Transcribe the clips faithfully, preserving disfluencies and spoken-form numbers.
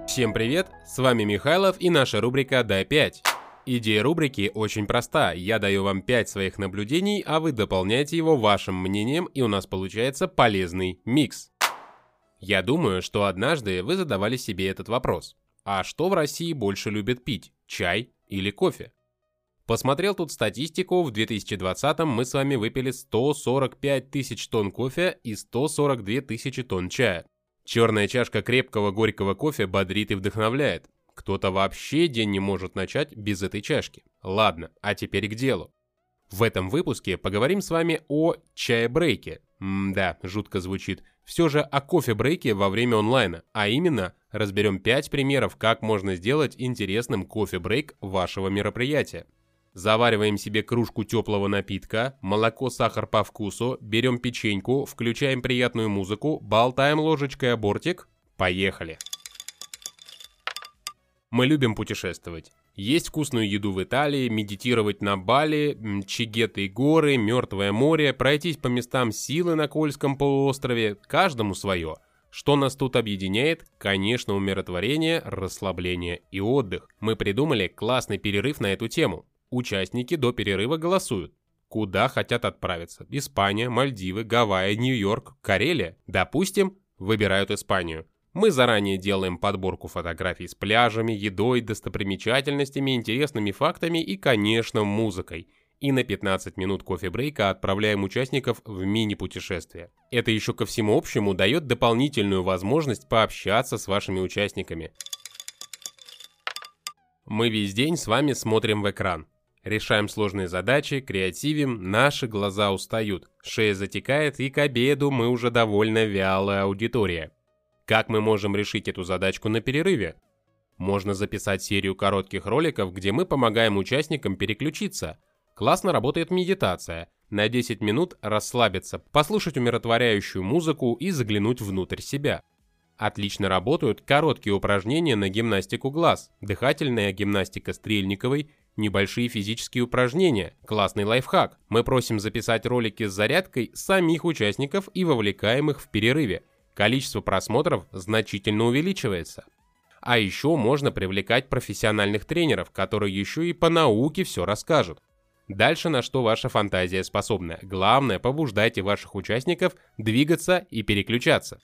Всем привет, с вами Михайлов и наша рубрика «Дай пять». Идея рубрики очень проста, я даю вам пять своих наблюдений, а вы дополняете его вашим мнением, и у нас получается полезный микс. Я думаю, что однажды вы задавали себе этот вопрос. А что в России больше любят пить, чай или кофе? Посмотрел тут статистику, в две тысячи двадцатом мы с вами выпили сто сорок пять тысяч тонн кофе и сто сорок две тысячи тонн чая. Черная чашка крепкого горького кофе бодрит и вдохновляет. Кто-то вообще день не может начать без этой чашки. Ладно, а теперь к делу. В этом выпуске поговорим с вами о чай-брейке. М-да, жутко звучит. Все же о кофе-брейке во время онлайна. А именно, разберем пять примеров, как можно сделать интересным кофе-брейк вашего мероприятия. Завариваем себе кружку теплого напитка, молоко, сахар по вкусу, берем печеньку, включаем приятную музыку, болтаем ложечкой о бортик. Поехали! Мы любим путешествовать. Есть вкусную еду в Италии, медитировать на Бали, Чигеты и горы, Мертвое море, пройтись по местам силы на Кольском полуострове, каждому свое. Что нас тут объединяет? Конечно, умиротворение, расслабление и отдых. Мы придумали классный перерыв на эту тему. Участники до перерыва голосуют. Куда хотят отправиться? Испания, Мальдивы, Гавайи, Нью-Йорк, Карелия? Допустим, выбирают Испанию. Мы заранее делаем подборку фотографий с пляжами, едой, достопримечательностями, интересными фактами и, конечно, музыкой. И на пятнадцать минут кофе-брейка отправляем участников в мини-путешествие. Это еще ко всему общему дает дополнительную возможность пообщаться с вашими участниками. Мы весь день с вами смотрим в экран. Решаем сложные задачи, креативим, наши глаза устают, шея затекает, и к обеду мы уже довольно вялая аудитория. Как мы можем решить эту задачку на перерыве? Можно записать серию коротких роликов, где мы помогаем участникам переключиться. Классно работает медитация. На десять минут расслабиться, послушать умиротворяющую музыку и заглянуть внутрь себя. Отлично работают короткие упражнения на гимнастику глаз, дыхательная гимнастика Стрельниковой, небольшие физические упражнения, классный лайфхак. Мы просим записать ролики с зарядкой самих участников и вовлекаем их в перерыве. Количество просмотров значительно увеличивается. А еще можно привлекать профессиональных тренеров, которые еще и по науке все расскажут. Дальше на что ваша фантазия способна. Главное, побуждайте ваших участников двигаться и переключаться.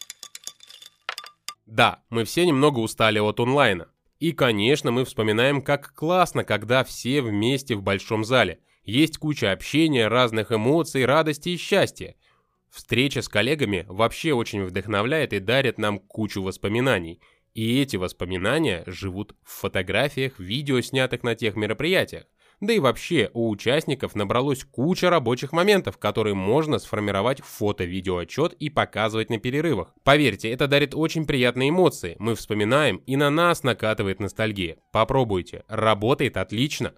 Да, мы все немного устали от онлайна. И, конечно, мы вспоминаем, как классно, когда все вместе в большом зале. Есть куча общения, разных эмоций, радости и счастья. Встреча с коллегами вообще очень вдохновляет и дарит нам кучу воспоминаний. И эти воспоминания живут в фотографиях, видео, снятых на тех мероприятиях. Да и вообще, у участников набралось куча рабочих моментов, которые можно сформировать в фото-видеоотчет и показывать на перерывах. Поверьте, это дарит очень приятные эмоции. Мы вспоминаем, и на нас накатывает ностальгия. Попробуйте, работает отлично.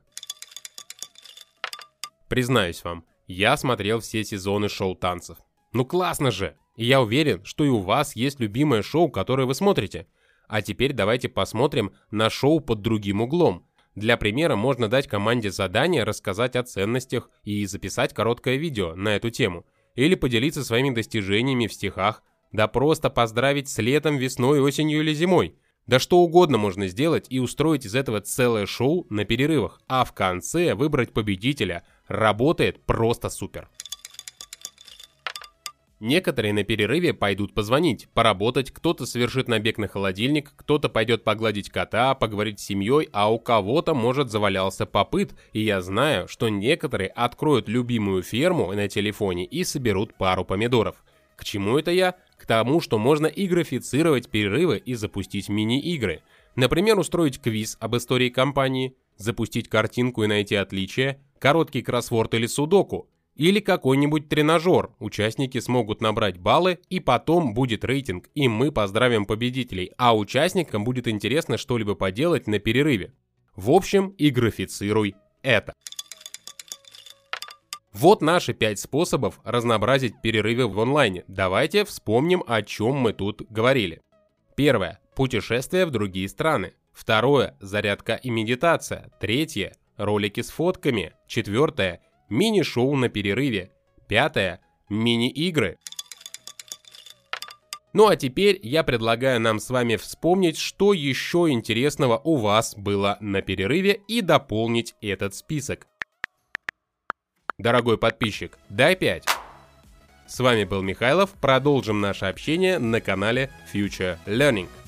Признаюсь вам, я смотрел все сезоны шоу танцев. Ну классно же! И я уверен, что и у вас есть любимое шоу, которое вы смотрите. А теперь давайте посмотрим на шоу под другим углом. Для примера можно дать команде задание рассказать о ценностях и записать короткое видео на эту тему. Или поделиться своими достижениями в стихах. Да просто поздравить с летом, весной, осенью или зимой. Да что угодно можно сделать и устроить из этого целое шоу на перерывах. А в конце выбрать победителя. Работает просто супер. Некоторые на перерыве пойдут позвонить, поработать, кто-то совершит набег на холодильник, кто-то пойдет погладить кота, поговорить с семьей, а у кого-то, может, завалялся попыт, и я знаю, что некоторые откроют любимую ферму на телефоне и соберут пару помидоров. К чему это я? К тому, что можно игрофицировать перерывы и запустить мини-игры. Например, устроить квиз об истории компании, запустить картинку и найти отличия, короткий кроссворд или судоку. Или какой-нибудь тренажер. Участники смогут набрать баллы, и потом будет рейтинг, и мы поздравим победителей, а участникам будет интересно что-либо поделать на перерыве. В общем, игрофицируй это. Вот наши пять способов разнообразить перерывы в онлайне. Давайте вспомним, о чем мы тут говорили. Первое. Путешествия в другие страны. Второе. Зарядка и медитация. Третье. Ролики с фотками. Четвертое. Мини-шоу на перерыве. Пятое. Мини-игры. Ну а теперь я предлагаю нам с вами вспомнить, что еще интересного у вас было на перерыве, и дополнить этот список. Дорогой подписчик, дай пять. С вами был Михайлов, продолжим наше общение на канале Future Learning.